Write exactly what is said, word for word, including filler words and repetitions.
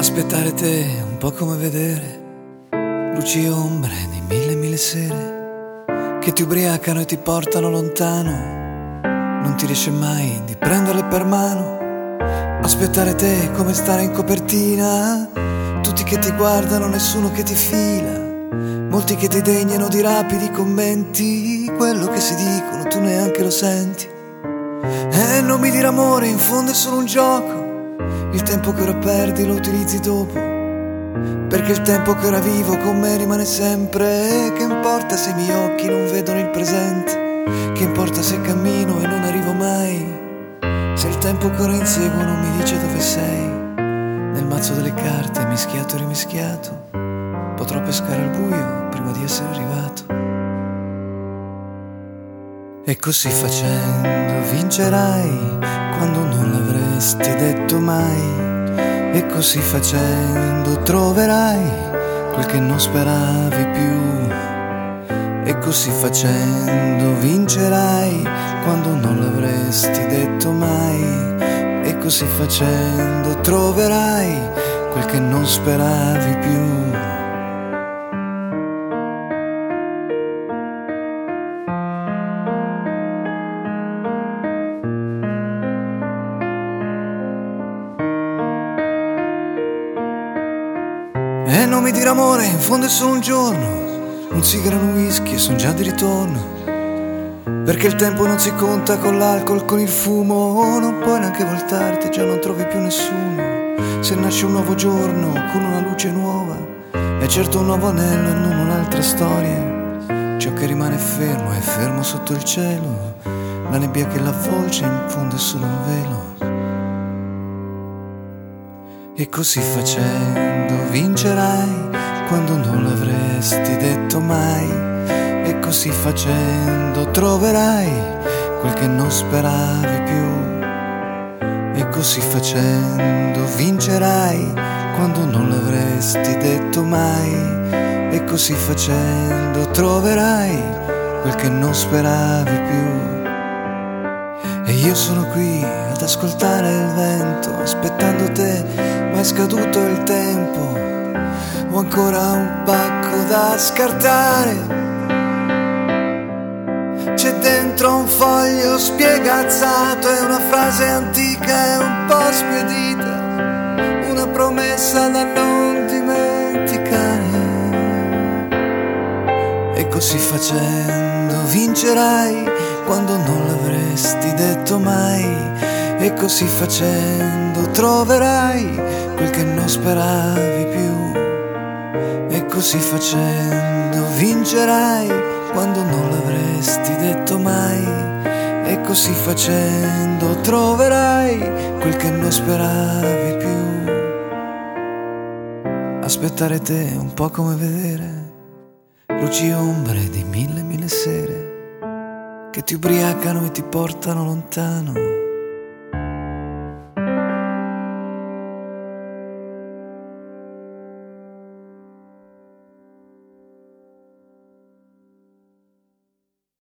Aspettare te è un po' come vedere luci e ombre di mille e mille sere che ti ubriacano e ti portano lontano. Non ti riesce mai di prenderle per mano. Aspettare te è come stare in copertina, tutti che ti guardano, nessuno che ti fila, molti che ti degnano di rapidi commenti, quello che si dicono tu neanche lo senti. E non mi dire amore, in fondo è solo un gioco, il tempo che ora perdi lo utilizzi dopo, perché il tempo che ora vivo con me rimane sempre. Che importa se i miei occhi non vedono il presente, che importa se cammino e non arrivo mai, se il tempo che ora inseguo non mi dice dove sei. Nel mazzo delle carte mischiato e rimischiato potrò pescare al buio prima di essere arrivato. E così facendo vincerai quando non l'avresti detto mai. E così facendo troverai quel che non speravi più. E così facendo vincerai quando non l'avresti detto mai. E così facendo troverai quel che non speravi più. E non mi dire amore, in fondo è solo un giorno, un sigaro e un whisky e son già di ritorno, perché il tempo non si conta con l'alcol, con il fumo. Non puoi neanche voltarti, già non trovi più nessuno. Se nasce un nuovo giorno con una luce nuova, è certo un nuovo anello e non un'altra storia. Ciò che rimane fermo è fermo sotto il cielo, la nebbia che l'avvolge in fondo è solo un velo. E così facendo vincerai quando non l'avresti detto mai. E così facendo troverai quel che non speravi più. E così facendo vincerai quando non l'avresti detto mai. E così facendo troverai quel che non speravi più. E io sono qui ad ascoltare il vento, aspettando te, ma è scaduto il tempo. Ho ancora un pacco da scartare, c'è dentro un foglio spiegazzato e una frase antica e un po' spiedita, una promessa da non dimenticare. E così facendo vincerai quando non l'avresti detto mai. E così facendo troverai quel che non speravi più. E così facendo vincerai quando non l'avresti detto mai. E così facendo troverai quel che non speravi più. Aspettare te è un po' come vedere luci e ombre di mille e mille sere che ti ubriacano e ti portano lontano.